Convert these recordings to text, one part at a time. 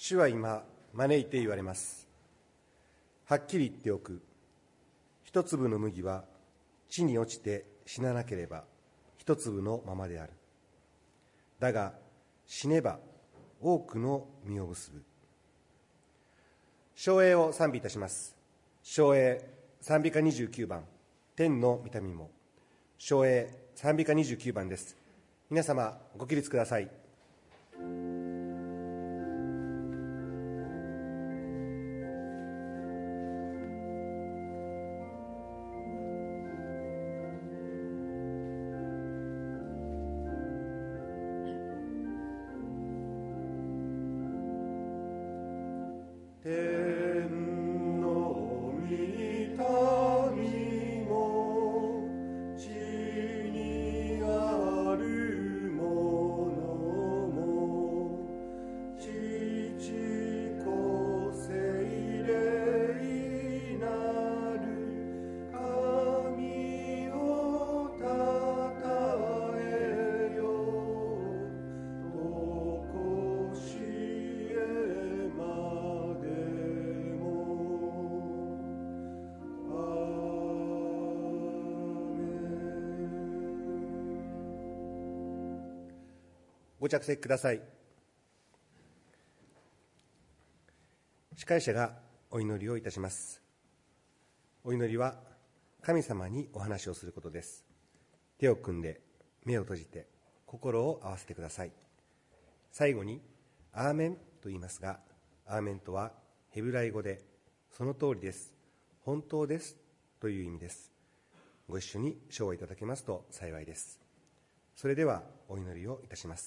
主は今招いて言われます。はっきり言っておく。一粒の麦は地に落ちて死ななければ一粒のままである。だが死ねば多くの実を結ぶ。唱詠を賛美いたします。唱詠賛美歌29番、天の御霊も。唱詠賛美歌29番です。皆様ご起立ください。ご着席ください。司会者がお祈りをいたします。お祈りは神様にお話をすることです。手を組んで目を閉じて心を合わせてください。最後にアーメンと言いますが、アーメンとはヘブライ語でその通りです、本当ですという意味です。ご一緒に唱をいただけますと幸いです。それではお祈りをいたします。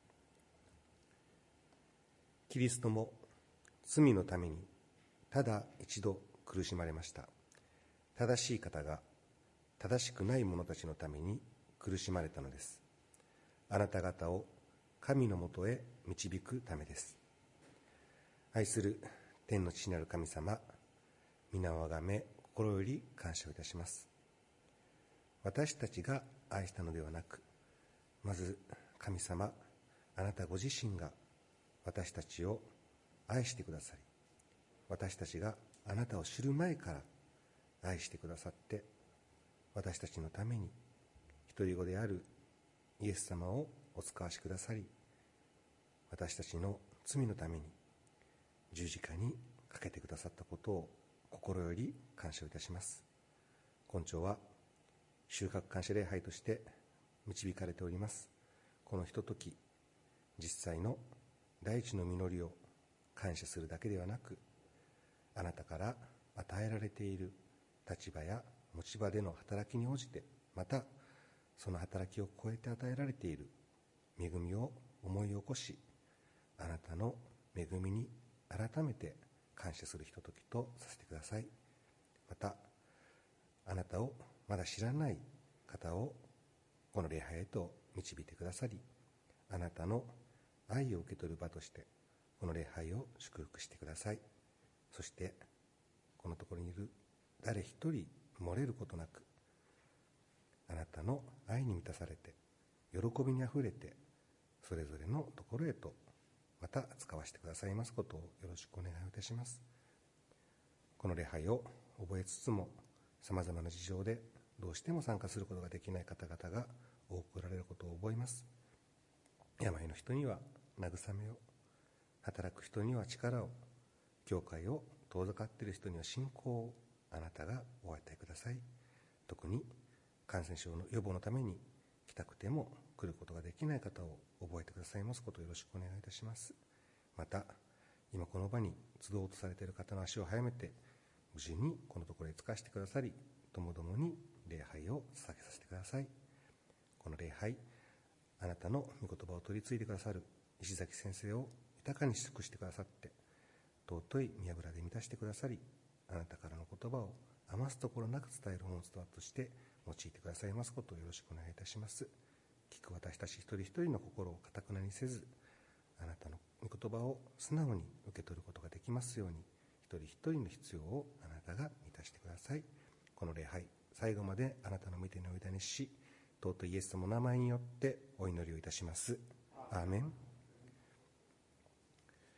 キリストも罪のためにただ一度苦しまれました。正しい方が正しくない者たちのために苦しまれたのです。あなた方を神のもとへ導くためです。愛する天の父なる神様、皆をあがめ心より感謝をいたします。私たちが愛したのではなく、まず神様、あなたご自身が私たちを愛してくださり、私たちがあなたを知る前から愛してくださって、私たちのために一人子であるイエス様をお使わしくださり、私たちの罪のために十字架にかけてくださったことを心より感謝をいたします。今朝は収穫感謝礼拝として導かれております。このひととき、実際の第一の実りを感謝するだけではなく、あなたから与えられている立場や持ち場での働きに応じて、またその働きを超えて与えられている恵みを思い起こし、あなたの恵みに改めて感謝するひとときとさせてください。またあなたをまだ知らない方をこの礼拝へと導いてくださり、あなたの愛を受け取る場としてこの礼拝を祝福してください。そしてこのところにいる誰一人漏れることなく、あなたの愛に満たされて喜びにあふれて、それぞれのところへとまた使わせてくださいますことをよろしくお願いいたします。この礼拝を覚えつつも、さまざまな事情でどうしても参加することができない方々が多くおられることを覚えます。病の人には慰めを、働く人には力を、教会を遠ざかっている人には信仰をあなたがお与えください。特に感染症の予防のために来たくても来ることができない方を覚えてくださいますことをよろしくお願いいたします。また今この場に集おうとされている方の足を早めて無事にこのところへ着かしてくださり、ともどもに礼拝を捧げさせてください。この礼拝、あなたの御言葉を取り継いでくださる石崎先生を豊かに祝してくださって、尊い宮倉で満たしてくださり、あなたからの言葉を余すところなく伝える本伝として用いてくださいますことをよろしくお願いいたします。聞く私たち一人一人の心をかたくなにせず、あなたの御言葉を素直に受け取ることができますように、一人一人の必要をあなたが満たしてください。この礼拝、最後まであなたの御手にお委ねし、尊いイエス様の名前によってお祈りをいたします。アーメン。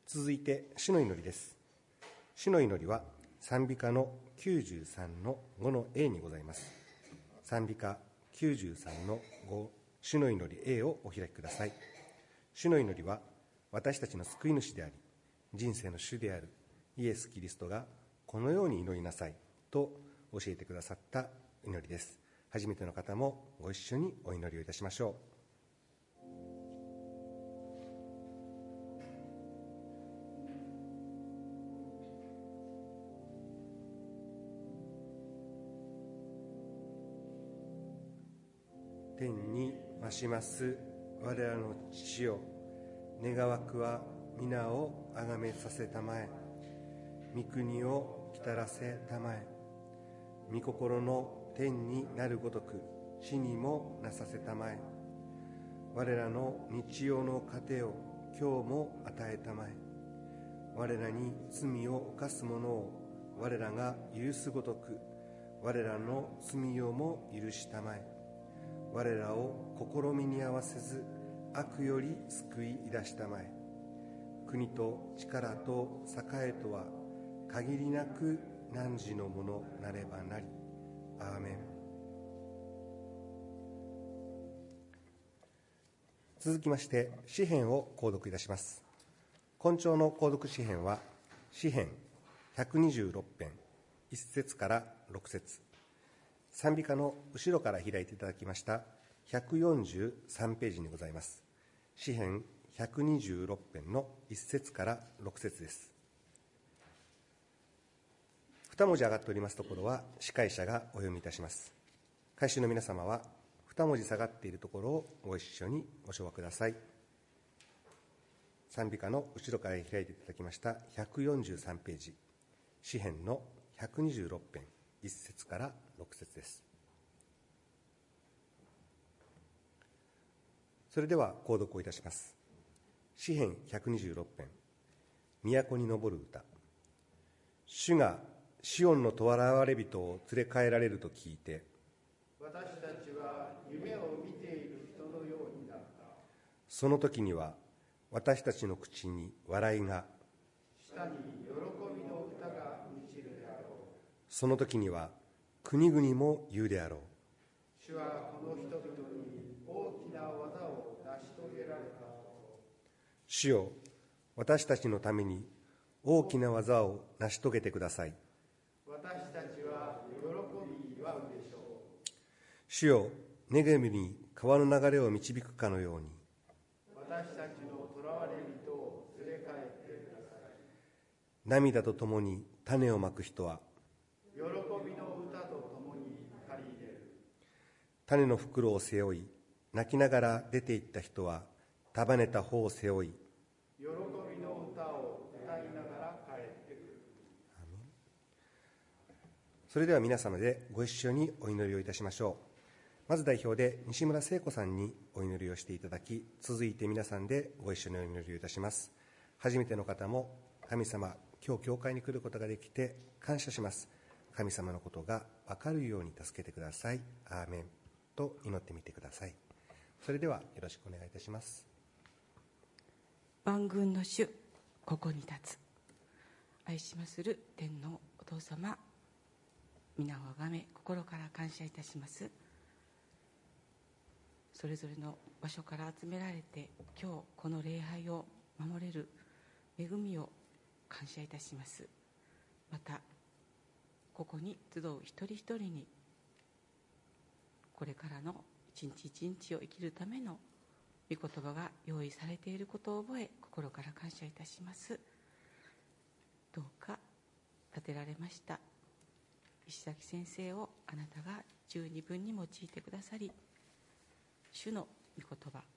続いて主の祈りです。主の祈りは賛美歌の93の5の A にございます。賛美歌93の5、主の祈り A をお開きください。主の祈りは私たちの救い主であり、人生の主であるイエス・キリストがこのように祈りなさいと教えてくださった祈りです。初めての方もご一緒にお祈りをいたしましょう。天に増します我らの父よ、願わくは皆をあがめさせたまえ、御国を来たらせたまえ、御心の天になるごとく地にもなさせたまえ、我らの日曜の糧を今日も与えたまえ、我らに罪を犯す者を我らが許すごとく我らの罪をも許したまえ、我らを試みに合わせず悪より救い出したまえ、国と力と栄とは限りなく汝のものなればなり。アーメン。続きまして詩編を購読いたします。今朝の購読詩編は詩編126編1節から6節、賛美歌の後ろから開いていただきました143ページにございます。詩編126編の1節から6節です。2文字上がっておりますところは司会者がお読みいたします。会衆の皆様は2文字下がっているところをご一緒にご唱和ください。賛美歌の後ろから開いていただきました143ページ、詩編の126編1節から6節です。それでは購読をいたします。詩編126編、都に昇る歌。主がシオンの囚われ人を連れ帰られると聞いて、 私たちは夢を見ている人のようになった。 その時には私たちの口に笑いが、 舌に喜びの歌が満ちるであろう。 その時には国々も言うであろう。 主はこの人々に大きな技を成し遂げられた。 主よ、私たちのために大きな技を成し遂げてください。 私たちは喜び祝うでしょう。 主よ、ネゲムに川の流れを導くかのように、 私たちの囚われ人を連れ帰ってください。 涙とともに種をまく人は喜びの歌とともに借り入れる。 種の袋を背負い、泣きながら出て行った人は束ねた方を背負い、 喜びの歌を歌いながら帰ってくる。 それでは皆様でご一緒にお祈りをいたしましょう。まず代表で西村聖子さんにお祈りをしていただき、続いて皆さんでご一緒にお祈りをいたします。初めての方も、神様、今日教会に来ることができて感謝します。神様のことが分かるように助けてください。アーメンと祈ってみてください。それではよろしくお願いいたします。 万軍の主、ここに立つ。愛しまする天のお父様、皆をあがめ心から感謝いたします。それぞれの場所から集められて今日この礼拝を守れる恵みを感謝いたします。またここに集う一人一人にこれからの一日一日を生きるための御言葉が用意されていることを覚え、心から感謝いたします。どうか立てられました石崎先生をあなたが十二分に用いてくださり、主の御言葉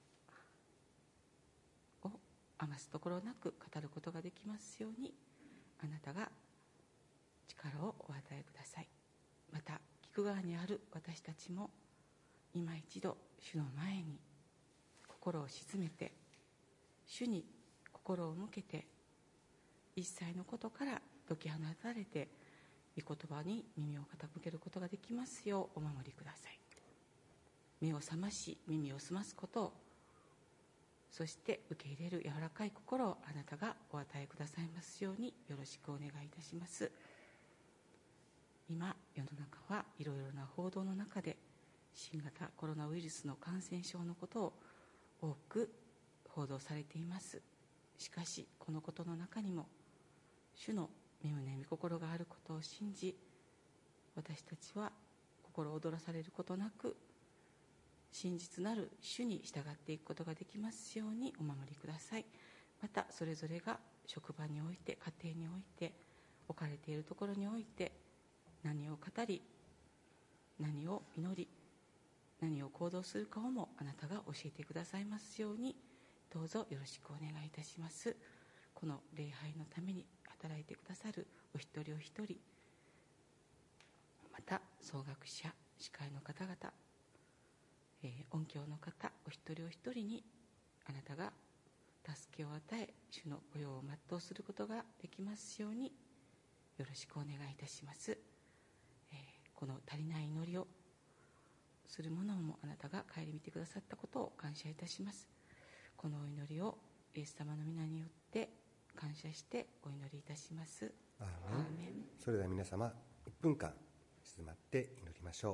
を余すところなく語ることができますように、あなたが力をお与えください。また聞く側にある私たちも今一度主の前に心を沈めて、主に心を向けて、一切のことから解き放たれて御言葉に耳を傾けることができますようお守りください。目を覚まし耳を澄ますことをそして受け入れる柔らかい心をあなたがお与えくださいますようによろしくお願いいたします。今世の中はいろいろな報道の中で新型コロナウイルスの感染症のことを多く報道されています。しかしこのことの中にも主の御胸御心があることを信じ、私たちは心躍らされることなく真実なる主に従っていくことができますようにお守りください。またそれぞれが職場において、家庭において、置かれているところにおいて何を語り、何を祈り、何を行動するかをもあなたが教えてくださいますようにどうぞよろしくお願いいたします。この礼拝のために働いてくださるお一人お一人、また奏楽者、司会の方々、音響の方お一人お一人にあなたが助けを与え、主の御用を全うすることができますようによろしくお願いいたします。この足りない祈りをするものもあなたが顧みてくださったことを感謝いたします。このお祈りをイエス様の皆によって感謝してお祈りいたします。 アーメン。それでは皆様1分間静まって祈りましょう。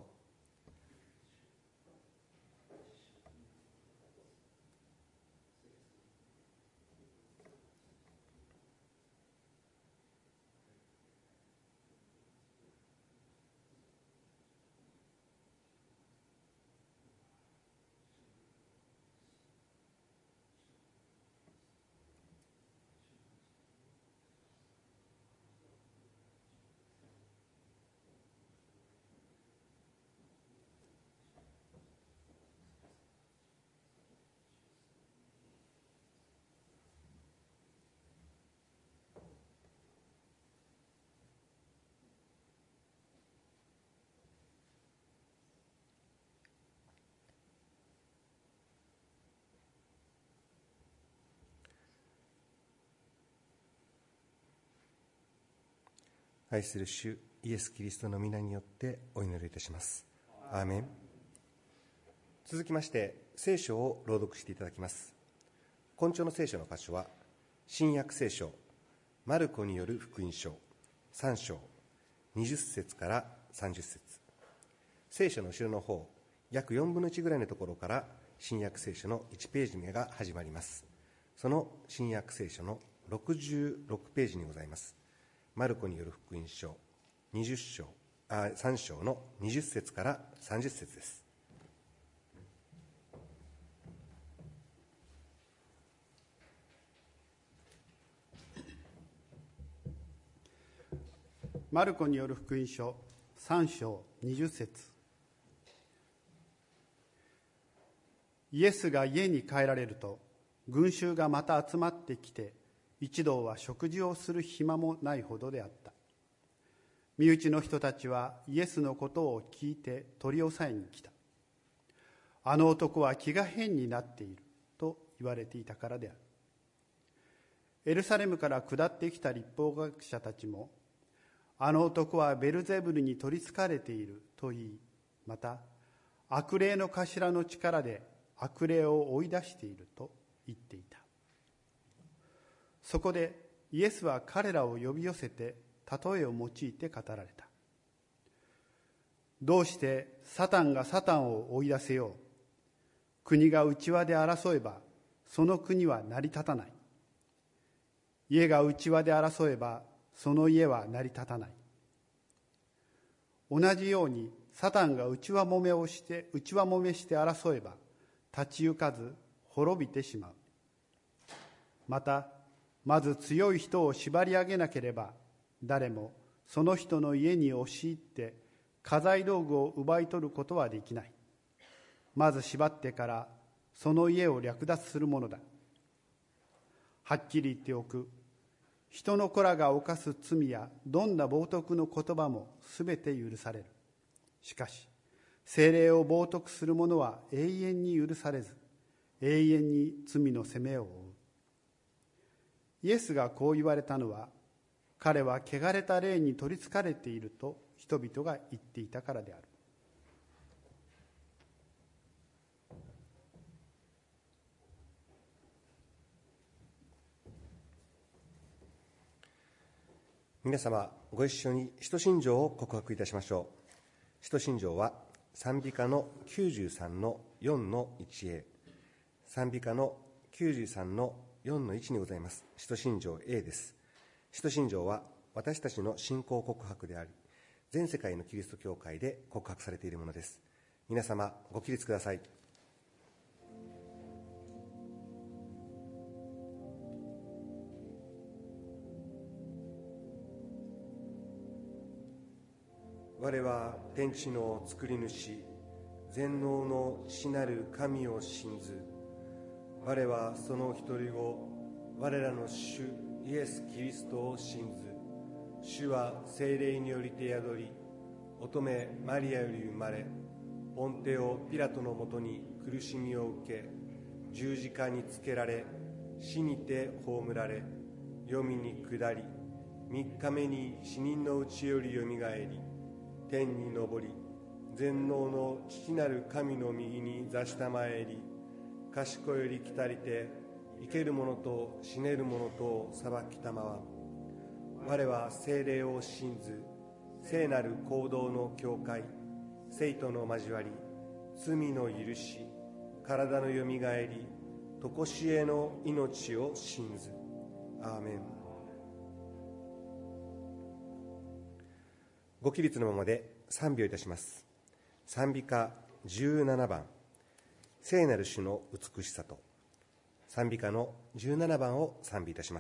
愛する主イエス・キリストの皆によってお祈りいたします。アーメン。続きまして聖書を朗読していただきます。今朝の聖書の箇所は新約聖書マルコによる福音書3章20節から30節。聖書の後ろの方約4分の1ぐらいのところから新約聖書の1ページ目が始まります。その新約聖書の66ページにございます。マルコによる福音書3章の20節から30節です。 マルコによる福音書3章20節。イエスが家に帰られると群衆がまた集まってきて、一同は食事をする暇もないほどであった。身内の人たちはイエスのことを聞いて取り押さえに来た。あの男は気が変になっていると言われていたからである。エルサレムから下ってきた律法学者たちも、あの男はベルゼブルに取りつかれていると言い、また悪霊の頭の力で悪霊を追い出していると言っていた。そこでイエスは彼らを呼び寄せて例えを用いて語られた。どうしてサタンがサタンを追い出せよう。国が内輪で争えばその国は成り立たない。家が内輪で争えばその家は成り立たない。同じようにサタンが内輪もめして争えば立ち行かず滅びてしまう。またまず強い人を縛り上げなければ誰もその人の家に押し入って家財道具を奪い取ることはできない。まず縛ってからその家を略奪するものだ。はっきり言っておく。人の子らが犯す罪やどんな冒涜の言葉もすべて許される。しかし聖霊を冒涜する者は永遠に許されず、永遠に罪の責めを負う。イエスがこう言われたのは、彼は汚れた霊に取りつかれていると人々が言っていたからである。 皆様ご一緒に使徒信条を告白いたしましょう。使徒信条は賛美歌の93の4の 1A、 賛美歌の93の4の1にございます。使徒信条 A です。使徒信条は私たちの信仰告白であり、全世界のキリスト教会で告白されているものです。皆様ご起立ください。我は天地の作り主、全能の父なる神を信ず。我はその一人子、我らの主イエス・キリストを信ず。主は聖霊によりて宿り、乙女マリアより生まれ、ポンテオ・ピラトのもとに苦しみを受け、十字架につけられ、死にて葬られ、黄泉に下り、3日目に死人のうちよりよみがえり、天に昇り、全能の父なる神の右に座したまえり、賢より来たりて、生ける者と死ねる者とを裁きたまわ。我は聖霊を信ず、聖なる行動の教会、聖との交わり、罪の許し、体のよみがえり、とこしえの命を信ず。アーメン。ご起立のままで賛美をいたします。賛美歌17番、聖なる主の美しさと。賛美歌の17番を賛美いたします。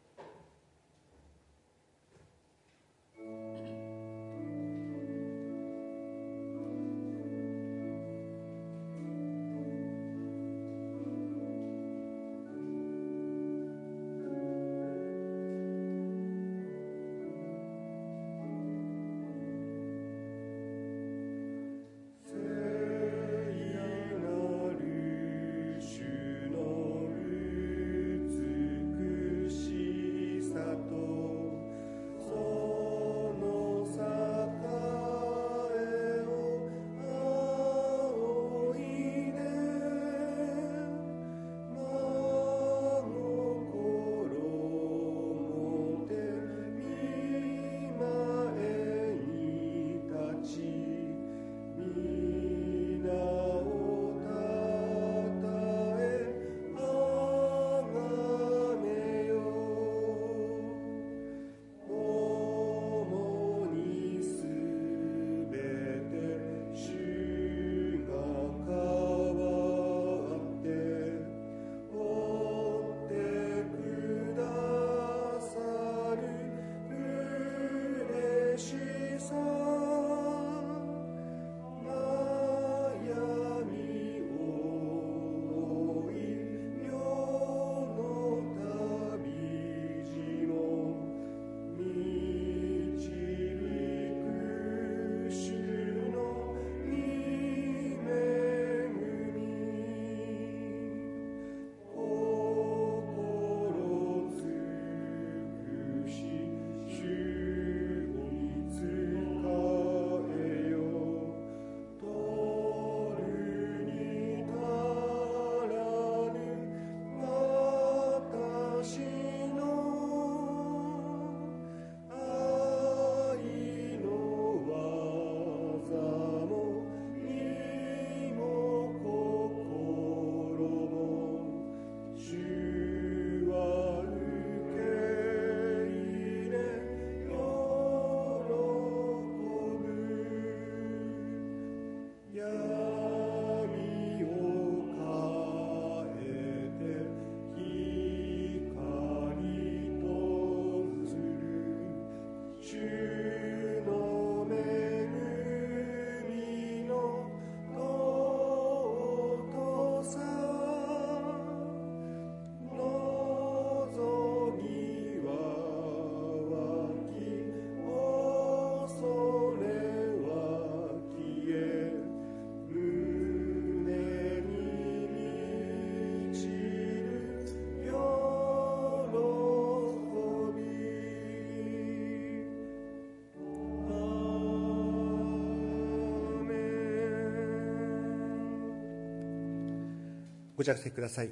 ご着席ください。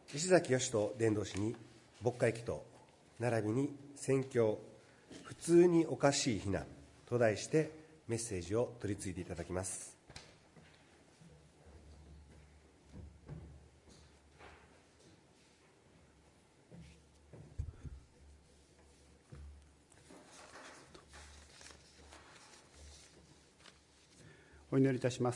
石崎義人伝道師に牧会祈祷並びに宣教普通におかしい非難と題してメッセージを取り次いでいただきます。 お祈りいたします。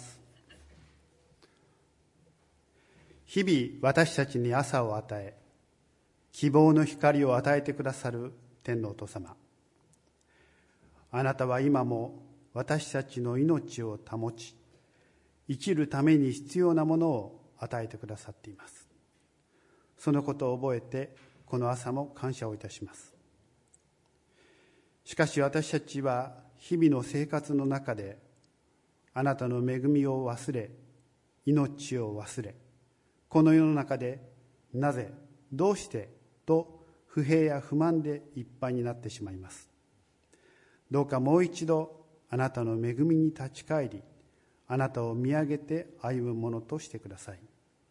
日々私たちに朝を与え、希望の光を与えてくださる天のお父様、あなたは今も私たちの命を保ち、生きるために必要なものを与えてくださっています。そのことを覚えてこの朝も感謝をいたします。しかし私たちは日々の生活の中であなたの恵みを忘れ、命を忘れ、この世の中でなぜ、どうしてと不平や不満でいっぱいになってしまいます。どうかもう一度あなたの恵みに立ち返り、あなたを見上げて歩むものとしてください。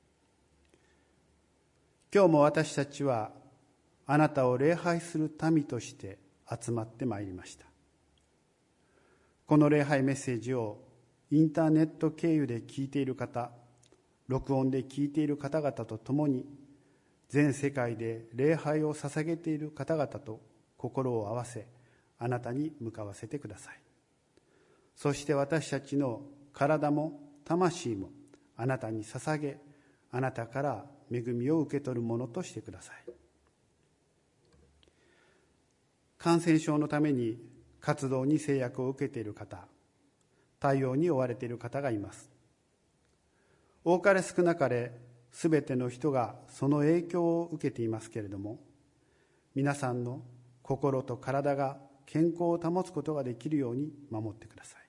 今日も私たちはあなたを礼拝する民として集まってまいりました。この礼拝メッセージをインターネット経由で聞いている方、録音で聞いている方々と共に、全世界で礼拝を捧げている方々と心を合わせ、あなたに向かわせてください。そして私たちの体も魂もあなたに捧げ、あなたから恵みを受け取るものとしてください。感染症のために活動に制約を受けている方、対応に追われている方がいます。多かれ少なかれすべての人がその影響を受けていますけれども、皆さんの心と体が健康を保つことができるように守ってください。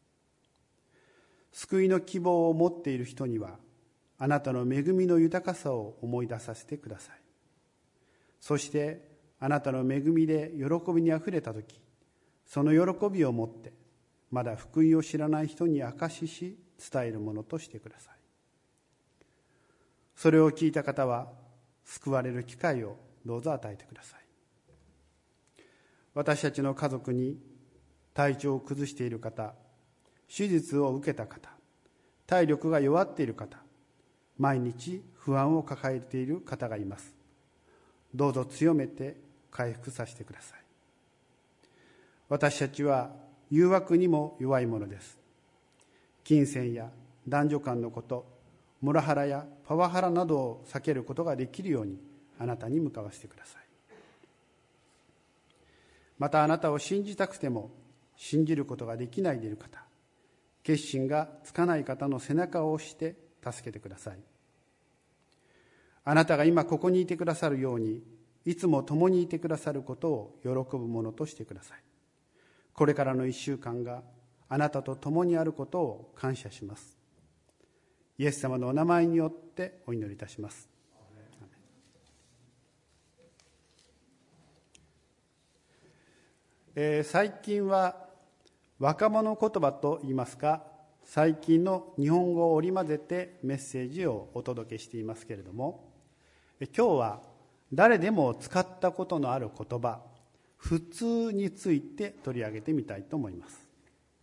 救いの希望を持っている人にはあなたの恵みの豊かさを思い出させてください。そしてあなたの恵みで喜びにあふれたとき、その喜びを持ってまだ福音を知らない人に証しし伝えるものとしてください。それを聞いた方は救われる機会をどうぞ与えてください。私たちの家族に体調を崩している方、手術を受けた方、体力が弱っている方、毎日不安を抱えている方がいます。どうぞ強めて回復させてください。私たちは誘惑にも弱いものです。金銭や男女間のこと、モラハラやパワハラなどを避けることができるようにあなたに向かわせてください。またあなたを信じたくても信じることができないでいる方、決心がつかない方の背中を押して助けてください。あなたが今ここにいてくださるように、いつも共にいてくださることを喜ぶものとしてください。これからの1週間があなたと共にあることを感謝します。イエス様のお名前によってお祈りいたします。最近は若者言葉といいますか、最近の日本語を織り交ぜてメッセージをお届けしていますけれども、今日は誰でも使ったことのある言葉、普通について取り上げてみたいと思います。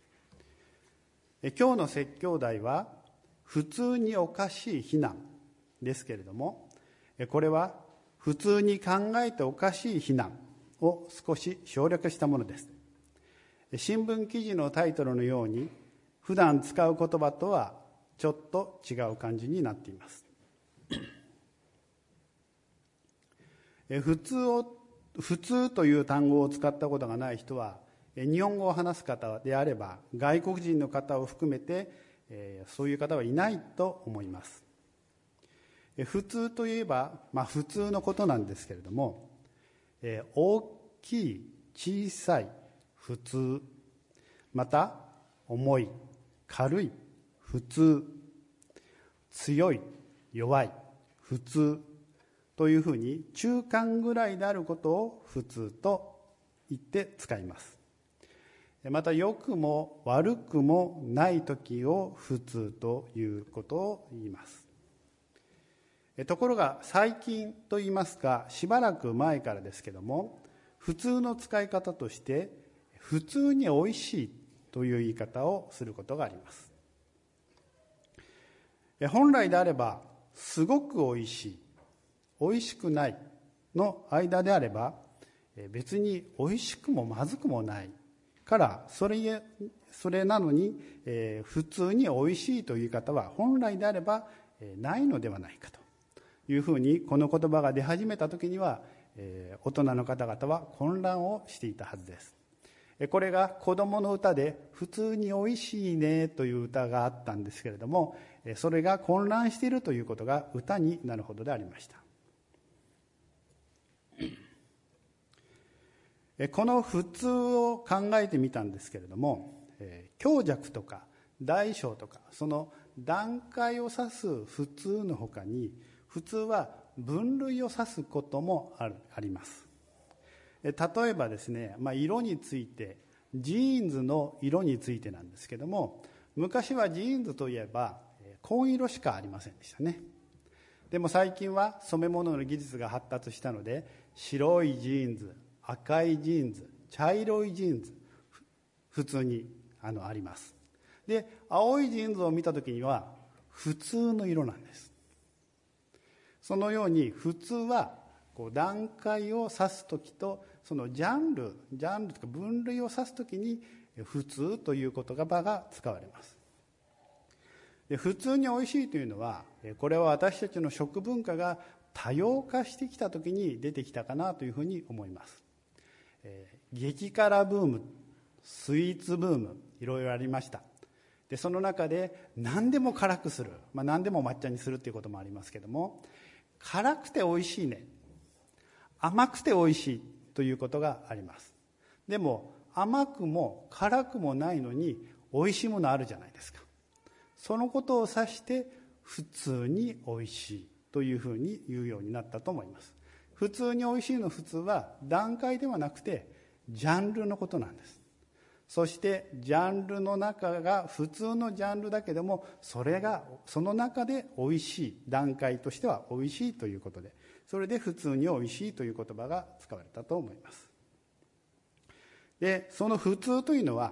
今日の説教題は普通におかしい非難ですけれども、これは普通に考えておかしい非難を少し省略したものです。新聞記事のタイトルのように普段使う言葉とはちょっと違う感じになっています。普通という単語を使ったことがない人は、日本語を話す方であれば外国人の方を含めて、そういう方はいないと思います。普通といえば、普通のことなんですけれども、大きい、小さい、普通、また重い、軽い、普通、強い、弱い、普通というふうに中間ぐらいであることを普通と言って使います。また良くも悪くもない時を普通ということを言います。 ところが最近といいますか、しばらく前からですけども、普通の使い方として普通においしいという言い方をすることがあります。本来であればすごくおいしい、おいしくないの間であれば、別においしくもまずくもないからそれなのに、普通においしいという言い方は本来であればないのではないかというふうに、この言葉が出始めた時には大人の方々は混乱をしていたはずです。これが子供の歌で普通においしいねという歌があったんですけれども、それが混乱しているということが歌になるほどでありました。この普通を考えてみたんですけれども、強弱とか大小とかその段階を指す普通の他に、普通は分類を指すこともあります。例えばですね、色について、ジーンズの色についてなんですけども、昔はジーンズといえば紺色しかありませんでしたね。でも最近は染め物の技術が発達したので、白いジーンズ、赤いジーンズ、茶色いジーンズ、普通にあります。で、青いジーンズを見た時には普通の色なんです。そのように普通は段階を指す時と、そのジャンルとか分類を指す時に普通という言葉が使われます。で、普通においしいというのは、これは私たちの食文化が多様化してきた時に出てきたかなというふうに思います。激辛ブーム、スイーツブーム、いろいろありました。で、その中で何でも辛くする、何でも抹茶にするということもありますけども、辛くておいしいね、甘くておいしいということがあります。でも甘くも辛くもないのにおいしいものあるじゃないですか。そのことを指して普通においしいというふうに言うようになったと思います。普通においしいの普通は段階ではなくてジャンルのことなんです。そしてジャンルの中が普通のジャンルだけども、その中でおいしい、段階としてはおいしいということで、それで普通においしいという言葉が使われたと思います。で、その普通というのは、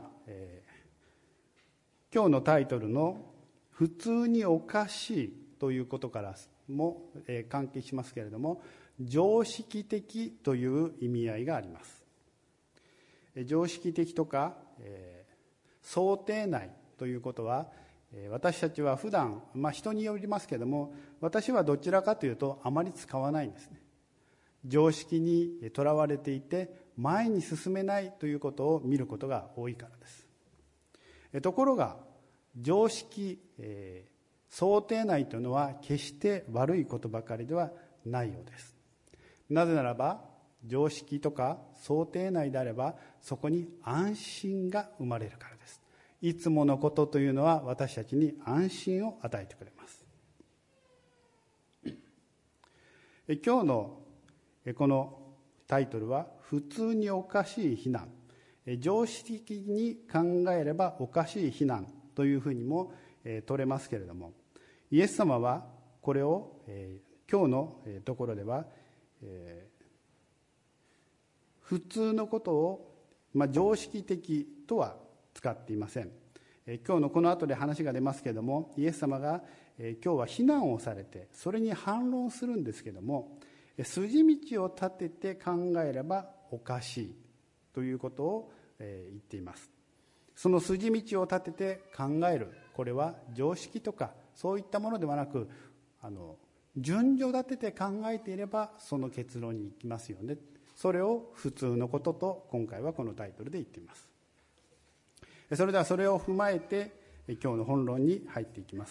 今日のタイトルの普通におかしいということからも、関係しますけれども、常識的という意味合いがあります。常識的とか、想定内ということは、私たちは普段、人によりますけれども、私はどちらかというとあまり使わないんですね。常識にとらわれていて前に進めないということを見ることが多いからです。ところが常識、想定内というのは決して悪いことばかりではないようです。なぜならば常識とか想定内であればそこに安心が生まれるからです。いつものことというのは私たちに安心を与えてくれます。今日のこのタイトルは普通におかしい非難、常識的に考えればおかしい非難というふうにも取れますけれども、イエス様はこれを今日のところでは普通のことを常識的とは使っていません。今日のこの後で話が出ますけれども、イエス様が今日は非難をされてそれに反論するんですけれども、筋道を立てて考えればおかしいということを言っています。その筋道を立てて考える、これは常識とかそういったものではなく、順序立てて考えていればその結論に行きますよね。それを普通のことと今回はこのタイトルで言っています。それではそれを踏まえて今日の本論に入っていきます。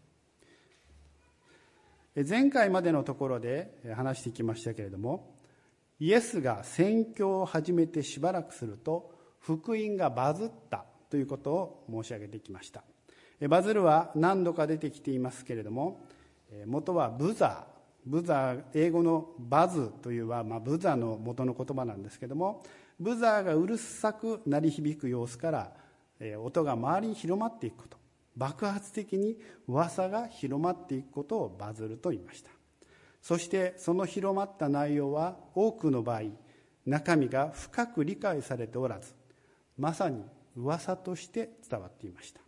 前回までのところで話してきましたけれども、イエスが宣教を始めてしばらくすると福音がバズったということを申し上げてきました。バズるは何度か出てきていますけれども、元はブザー、英語のバズというは、ブザーの元の言葉なんですけども、ブザーがうるさく鳴り響く様子から音が周りに広まっていくこと、爆発的に噂が広まっていくことをバズると言いました。 そしてその広まった内容は多くの場合、中身が深く理解されておらず、まさに噂として伝わっていました。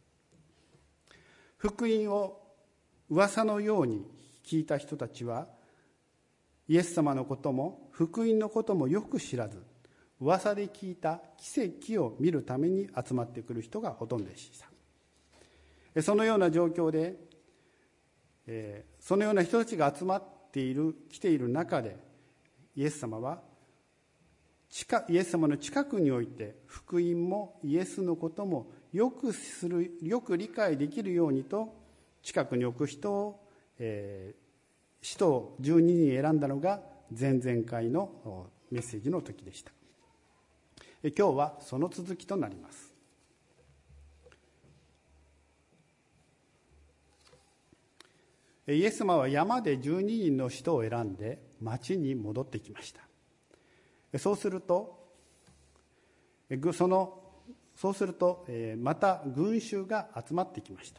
福音を噂のように聞いた人たちは、イエス様のことも福音のこともよく知らず、噂で聞いた奇跡を見るために集まってくる人がほとんどでした。そのような状況で、そのような人たちが集まって来ている中で、イエス様の近くにおいて福音もイエスのこともよく理解できるようにと、近くに置く人を12人選んだのが前々回のメッセージの時でした。今日はその続きとなります。イエス様は山で12人の人を選んで町に戻ってきました。そうするとまた群衆が集まってきました。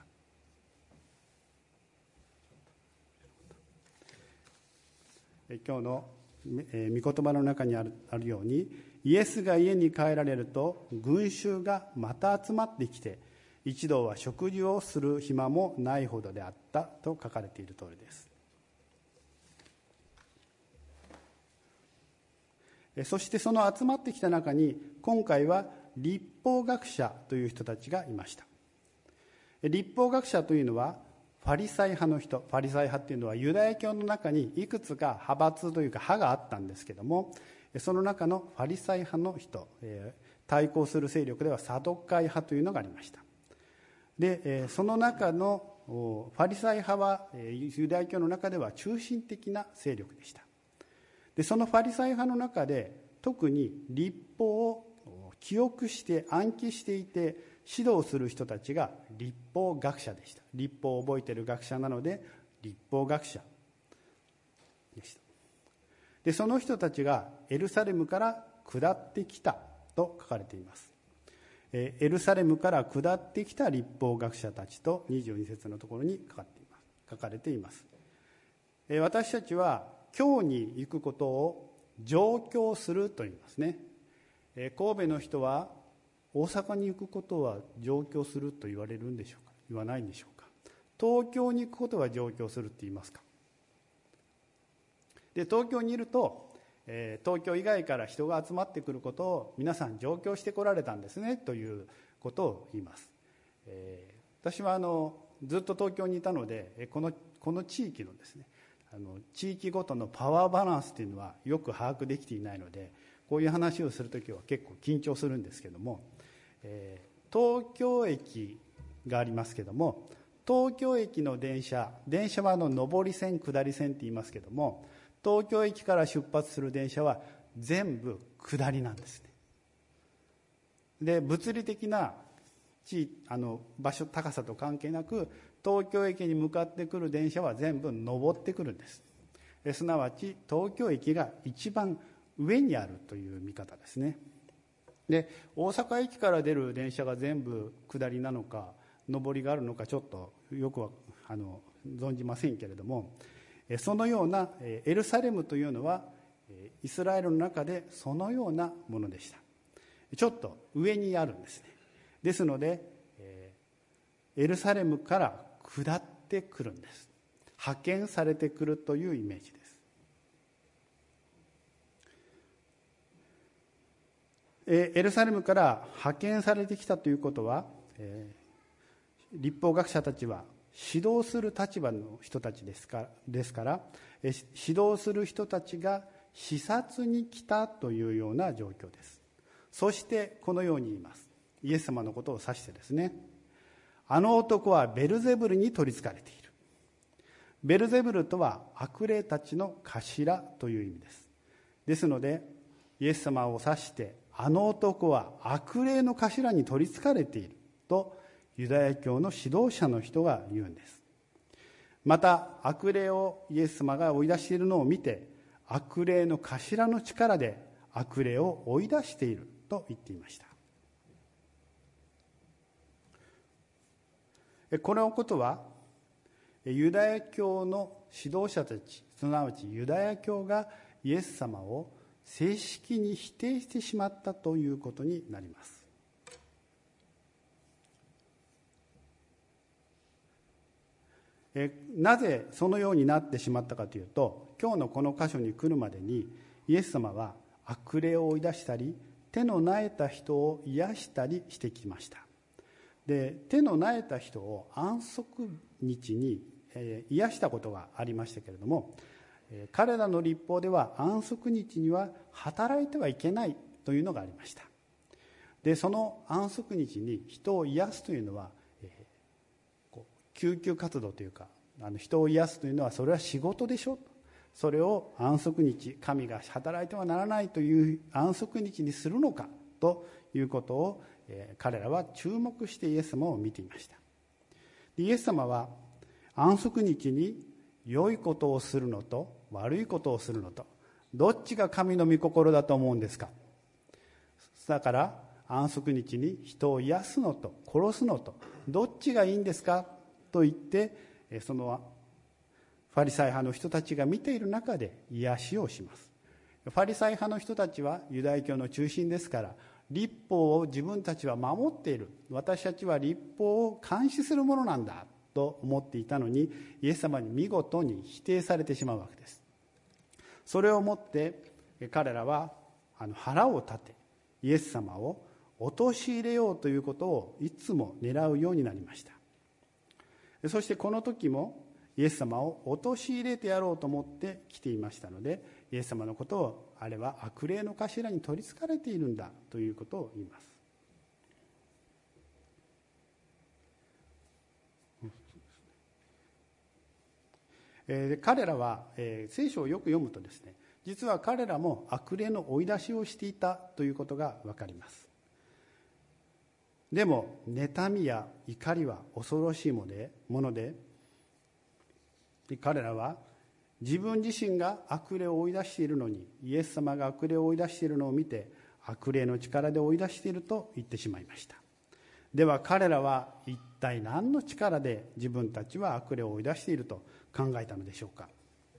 今日の御言葉の中にあるように、イエスが家に帰られると群衆がまた集まってきて、一同は食事をする暇もないほどであったと書かれている通りです。そしてその集まってきた中に、今回は律法学者という人たちがいました。律法学者というのはファリサイ派の人。ファリサイ派っていうのはユダヤ教の中にいくつか派閥というか派があったんですけども、その中のファリサイ派の人、対抗する勢力ではサドカイ派というのがありました。で、その中のファリサイ派はユダヤ教の中では中心的な勢力でした。で、そのファリサイ派の中で特に律法を記憶して暗記していて指導する人たちが律法学者でした。律法を覚えている学者なので律法学者でした。で、その人たちがエルサレムから下ってきたと書かれています。エルサレムから下ってきた律法学者たちと22節のところに書かれています。私たちは京に行くことを上京すると言いますね。神戸の人は大阪に行くことは上京すると言われるんでしょうか、言わないんでしょうか。東京に行くことは上京するって言いますか。で、東京にいると、東京以外から人が集まってくることを皆さん上京してこられたんですねということを言います。私はずっと東京にいたので、この地域のですね、地域ごとのパワーバランスというのはよく把握できていないので、こういう話をするときは結構緊張するんですけども、東京駅がありますけども、東京駅の電車は上り線下り線って言いますけども、東京駅から出発する電車は全部下りなんですね。で、物理的な場所、高さと関係なく東京駅に向かってくる電車は全部上ってくるんです。すなわち東京駅が一番上にあるという見方ですね。で、大阪駅から出る電車が全部下りなのか上りがあるのかちょっとよくは存じませんけれども、そのようなエルサレムというのはイスラエルの中でそのようなものでした。ちょっと上にあるんですね。ですのでエルサレムから下ってくるんです。派遣されてくるというイメージです。エルサレムから派遣されてきたということは、律法学者たちは指導する立場の人たちですから指導する人たちが視察に来たというような状況です。そしてこのように言います。イエス様のことを指してですね、あの男はベルゼブルに取りつかれている。ベルゼブルとは悪霊たちの頭という意味です。ですのでイエス様を指して、あの男は悪霊の頭に取りつかれているとユダヤ教の指導者の人が言うんです。また悪霊をイエス様が追い出しているのを見て、悪霊の頭の力で悪霊を追い出していると言っていました。このことはユダヤ教の指導者たち、すなわちユダヤ教がイエス様を正式に否定してしまったということになります。なぜそのようになってしまったかというと、今日のこの箇所に来るまでにイエス様は悪霊を追い出したり、手のなえた人を癒したりしてきました。で、手のなえた人を安息日に癒したことがありましたけれども、彼らの律法では安息日には働いてはいけないというのがありました。で、その安息日に人を癒すというのは、救急活動というか、人を癒すというのはそれは仕事でしょ、それを安息日、神が働いてはならないという安息日にするのかということを、彼らは注目してイエス様を見ていました。イエス様は安息日に良いことをするのと悪いことをするのと、どっちが神の御心だと思うんですか。だから安息日に人を癒すのと殺すのとどっちがいいんですかと言って、そのファリサイ派の人たちが見ている中で癒しをします。ファリサイ派の人たちはユダヤ教の中心ですから、律法を自分たちは守っている、私たちは律法を監視するものなんだと思っていたのに、イエス様に見事に否定されてしまうわけです。それをもって彼らは腹を立て、イエス様を陥れようということをいつも狙うようになりました。そしてこの時もイエス様を陥れてやろうと思って来ていましたので、イエス様のことをあれは悪霊の頭に取りつかれているんだということを言います。彼らは、聖書をよく読むとですね、実は彼らも悪霊の追い出しをしていたということが分かります。でも妬みや怒りは恐ろしいもので、彼らは自分自身が悪霊を追い出しているのに、イエス様が悪霊を追い出しているのを見て、悪霊の力で追い出していると言ってしまいました。では彼らは一体何の力で自分たちは悪霊を追い出していると考えたのでしょうか。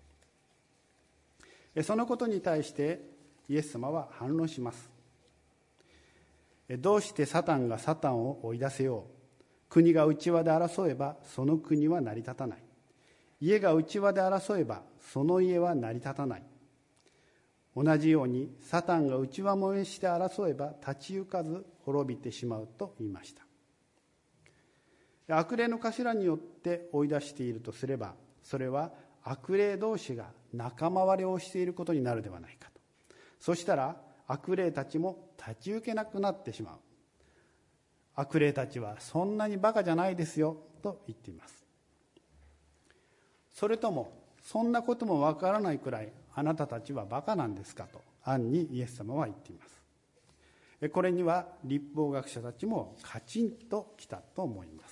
そのことに対してイエス様は反論します。どうしてサタンがサタンを追い出せよう。国が内輪で争えばその国は成り立たない。家が内輪で争えばその家は成り立たない。同じようにサタンが内輪もめして争えば立ち行かず滅びてしまうと言いました。悪霊の頭によって追い出しているとすれば、それは悪霊同士が仲間割れをしていることになるではないかと。そしたら悪霊たちも立ち行けなくなってしまう。悪霊たちはそんなにバカじゃないですよと言っています。それともそんなこともわからないくらいあなたたちはバカなんですかと暗にイエス様は言っています。これには律法学者たちもカチンときたと思います。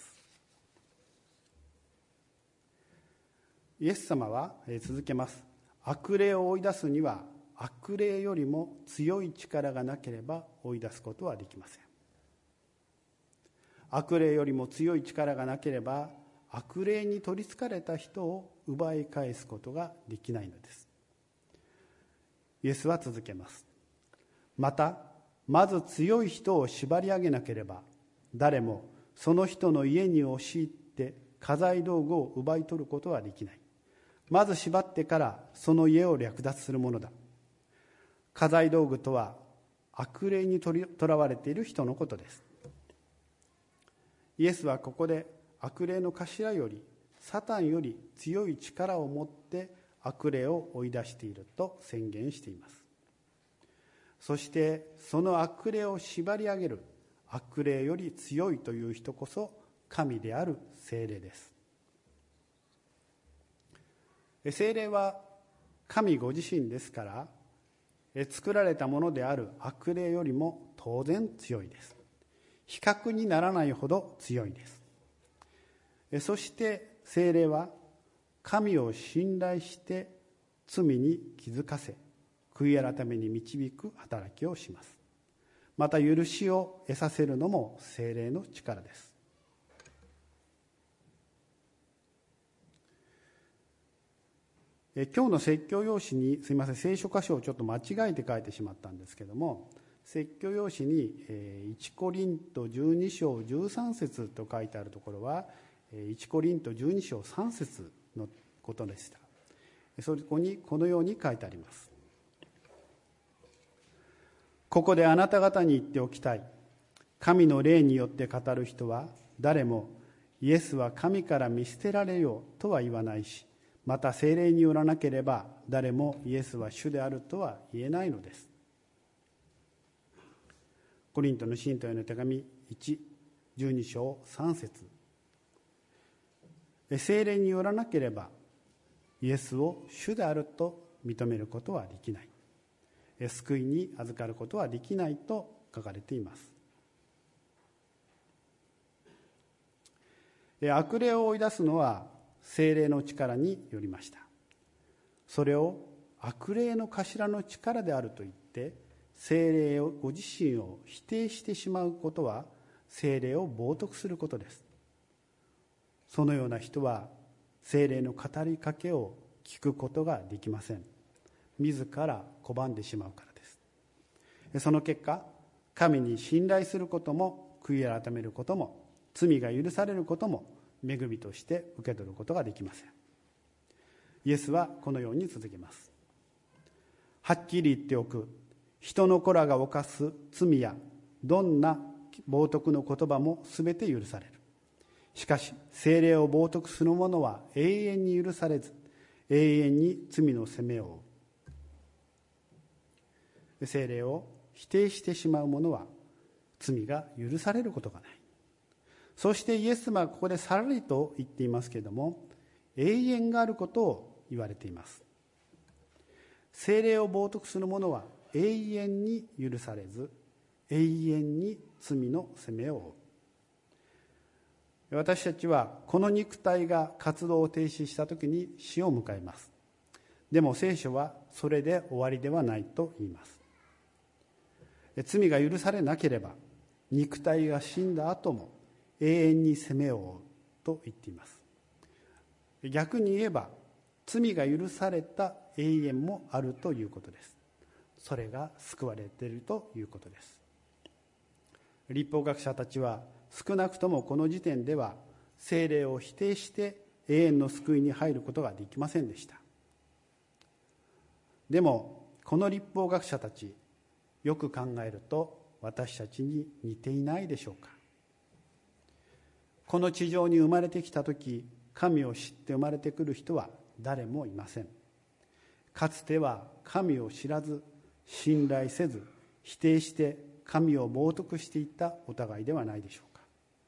イエス様は続けます。悪霊を追い出すには悪霊よりも強い力がなければ追い出すことはできません。悪霊よりも強い力がなければ悪霊に取りつかれた人を奪い返すことができないのです。イエスは続けます。また、まず強い人を縛り上げなければ誰もその人の家に押し入って家財道具を奪い取ることはできない。まず縛ってからその家を略奪するものだ。家財道具とは悪霊にとらわれている人のことです。イエスはここで悪霊の頭よりサタンより強い力を持って悪霊を追い出していると宣言しています。そしてその悪霊を縛り上げる悪霊より強いという人こそ神である聖霊です。聖霊は神ご自身ですから、作られたものである悪霊よりも当然強いです。比較にならないほど強いです。そして聖霊は神を信頼して罪に気づかせ、悔い改めに導く働きをします。また許しを得させるのも聖霊の力です。 今日の説教用紙にすみません、聖書箇所をちょっと間違えて書いてしまったんですけども、説教用紙に1コリント12章13節と書いてあるところは1コリント12章3節のことでした。そこにこのように書いてあります。ここであなた方に言っておきたい。神の霊によって語る人は誰もイエスは神から見捨てられよとは言わないし、また聖霊によらなければ誰もイエスは主であるとは言えないのです。コリントの信徒への手紙12章3節。聖霊によらなければイエスを主であると認めることはできない。救いに預かることはできないと書かれています。悪霊を追い出すのは聖霊の力によりました。それを悪霊の頭の力であると言って聖霊をご自身を否定してしまうことは聖霊を冒涜することです。そのような人は聖霊の語りかけを聞くことができません。自ら拒んでしまうからです。その結果、神に信頼することも悔い改めることも罪が許されることも恵みとして受け取ることができません。イエスはこのように続けます。はっきり言っておく。人の子らが犯す罪やどんな冒涜の言葉もすべて許される。しかし聖霊を冒涜する者は永遠に許されず、永遠に罪の責めを負う。聖霊を否定してしまう者は罪が許されることがない。そしてイエス様はここでさらりと言っていますけれども、永遠があることを言われています。聖霊を冒涜する者は永遠に許されず、永遠に罪の責めを負う。私たちはこの肉体が活動を停止したときに死を迎えます。でも聖書はそれで終わりではないと言います。罪が許されなければ肉体が死んだ後も永遠に責めを負うと言っています。逆に言えば罪が許された永遠もあるということです。それが救われているということです。律法学者たちは少なくともこの時点では聖霊を否定して永遠の救いに入ることができませんでした。でもこの律法学者たち、よく考えると私たちに似ていないでしょうか。この地上に生まれてきたとき、神を知って生まれてくる人は誰もいません。かつては神を知らず、信頼せず、否定して神を冒涜していったお互いではないでしょうか。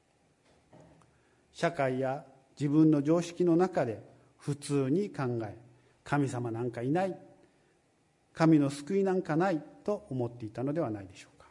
社会や自分の常識の中で普通に考え、神様なんかいない、神の救いなんかないと思っていたのではないでしょうか。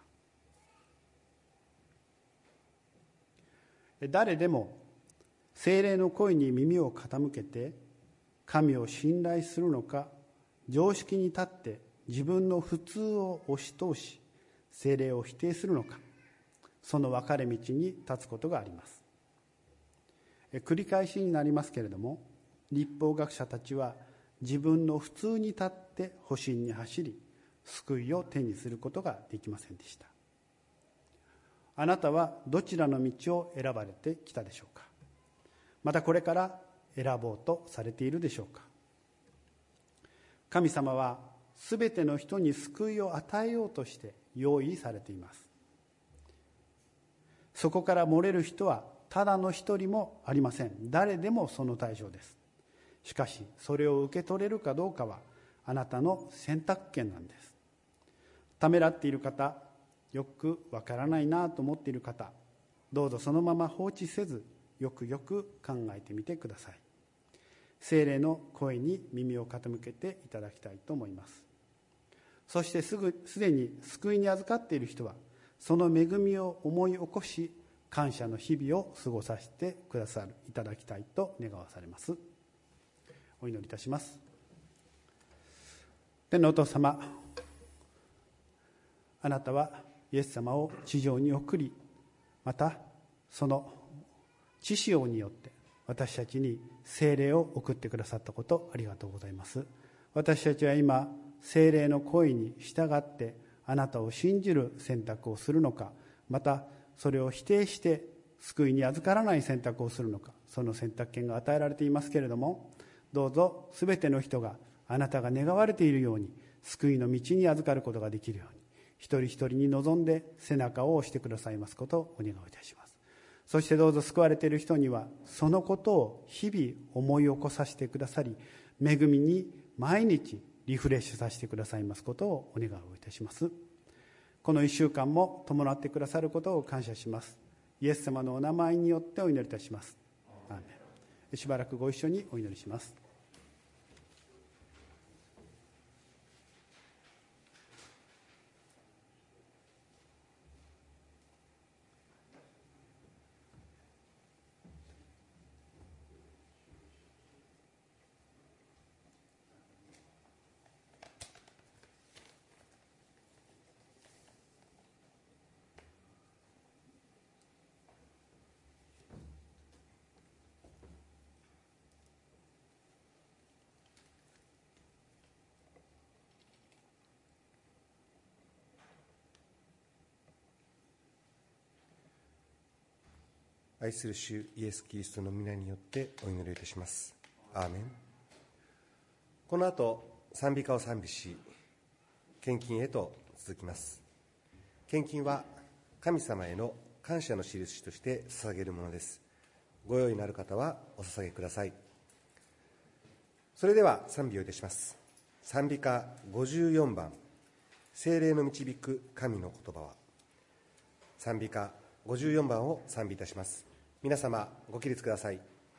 誰でも聖霊の声に耳を傾けて神を信頼するのか、常識に立って自分の普通を押し通し聖霊を否定するのか、その分かれ道に立つことがあります。繰り返しになりますけれども、律法学者たちは自分の普通に立って保身に走り、救いを手にすることができませんでした。あなたはどちらの道を選ばれてきたでしょうか。またこれから選ぼうとされているでしょうか。神様はすべての人に救いを与えようとして用意されています。そこから漏れる人はただの一人もありません。誰でもその対象です。しかしそれを受け取れるかどうかはあなたの選択権なんです。ためらっている方、よくわからないなと思っている方、どうぞそのまま放置せず、よくよく考えてみてください。聖霊の声に耳を傾けていただきたいと思います。そしてすでに救いに預かっている人は、その恵みを思い起こし、感謝の日々を過ごさせてくださる、いただきたいと願わされます。お祈りいたします。天のお父様、あなたはイエス様を地上に送り、またその血潮によって私たちに聖霊を送ってくださったことありがとうございます。私たちは今聖霊の声に従ってあなたを信じる選択をするのか、またそれを否定して救いに預からない選択をするのか、その選択権が与えられていますけれども、どうぞすべての人があなたが願われているように救いの道に預かることができるように、一人一人に望んで背中を押してくださいますことをお願いいたします。そしてどうぞ救われている人にはそのことを日々思い起こさせてくださり、恵みに毎日リフレッシュさせてくださいますことをお願いをいたします。この1週間も伴ってくださることを感謝します。イエス様のお名前によってお祈りいたします。アーメン。しばらくご一緒にお祈りします。 愛する主イエス・キリストの皆によってお祈りいたします。アーメン。この後賛美歌を賛美し、献金へと続きます。献金は神様への感謝の印として捧げるものです。ご用意のある方はお捧げください。それでは賛美をいたします。賛美歌54番、聖霊の導く神の言葉は。賛美歌54番を賛美いたします。皆様ご起立ください。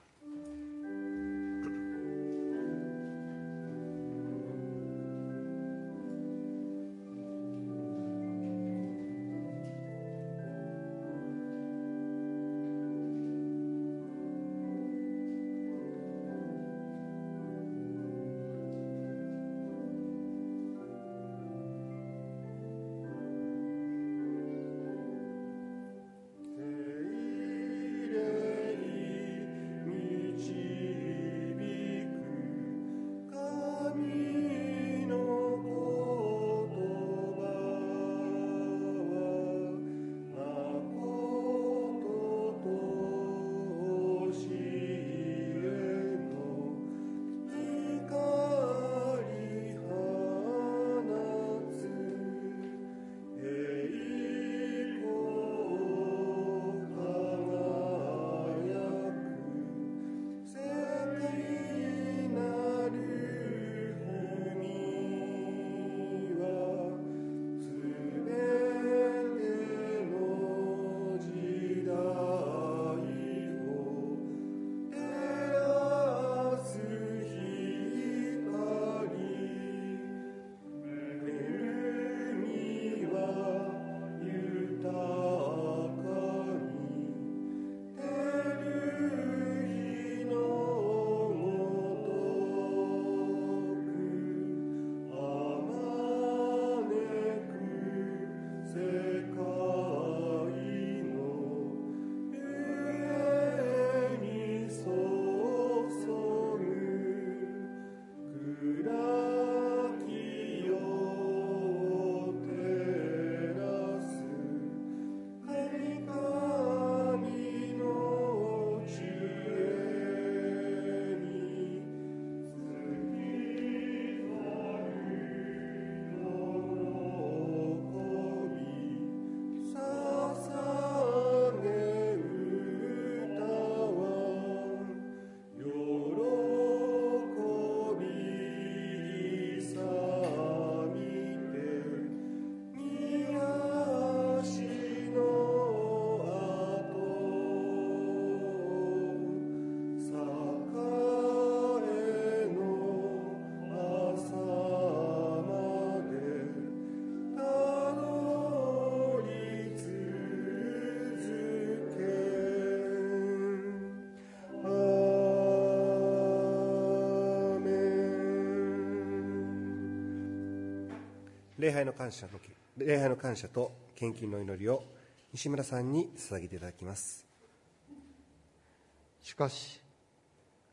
礼拝の感謝と献金の祈りを西村さんに捧げていただきます。 しかし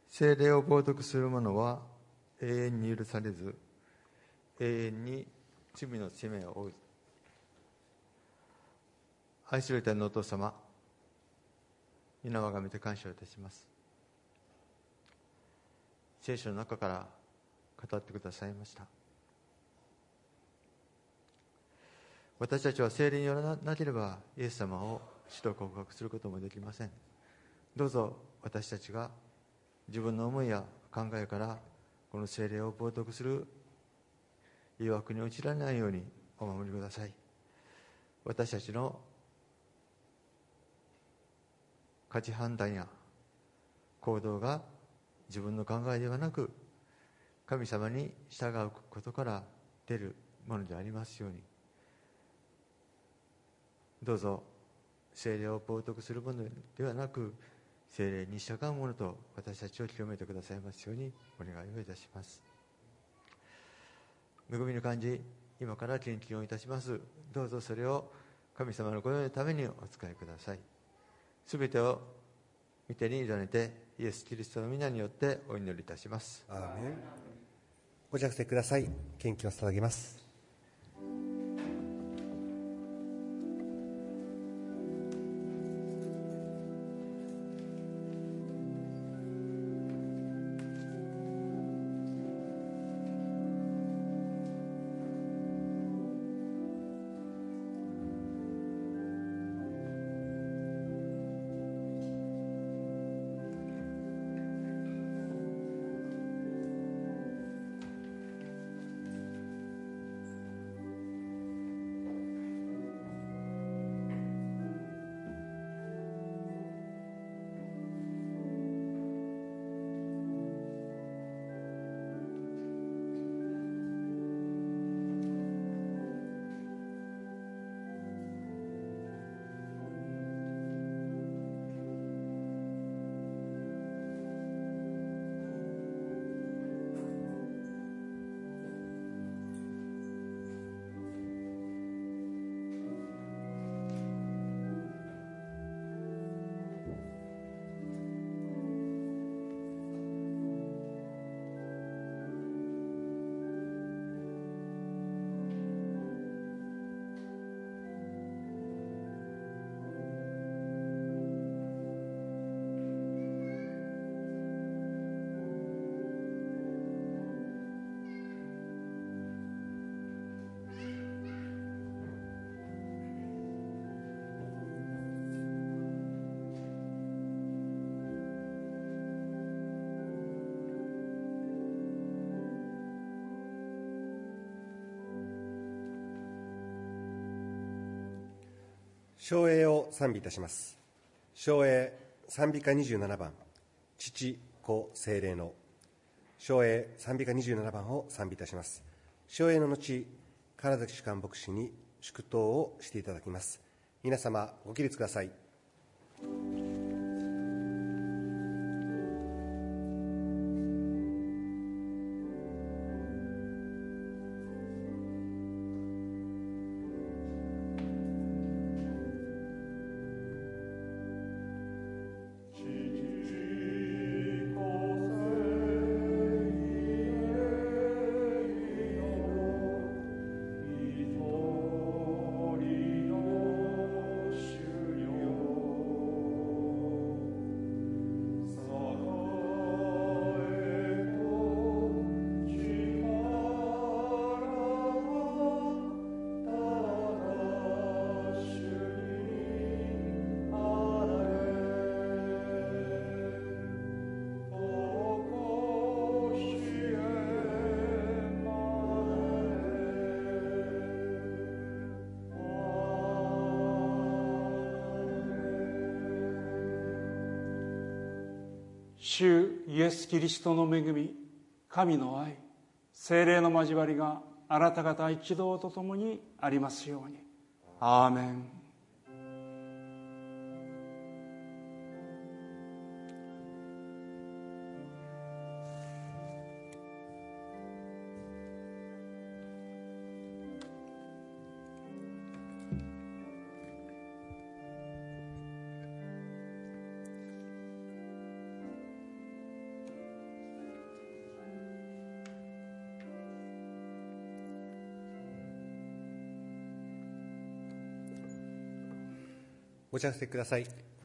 聖霊を冒涜する者は永遠に許されず、永遠に罪の責めを負う。愛する天のお父様、皆をあがめて感謝をいたします。聖書の中から語ってくださいました。私たちは聖霊によらなければイエス様を死と告白することもできません。どうぞ私たちが自分の思いや考えからこの聖霊を冒涜する誘惑に陥らないようにお守りください。私たちの価値判断や行動が自分の考えではなく神様に従うことから出るものでありますように、どうぞ聖霊を冒涜するものではなく聖霊に従うものと私たちを清めてくださいますようにお願いをいたします。恵みの感じ、今から献金をいたします。どうぞそれを神様の御用のためにお使いください。すべてを御手に委ねてイエス・キリストの皆によってお祈りいたします。 アーメン。ご着席ください。献金を捧げます。唱詠を賛美いたします。唱詠賛美歌27番、父子聖霊の。唱詠賛美歌27番を賛美いたします。唱詠の後、唐崎主幹牧師に祝祷をしていただきます。皆様ご起立ください。 主イエス・キリストの恵み、神の愛、聖霊の交わりがあなた方一同と共にありますように。アーメン。 お茶してください。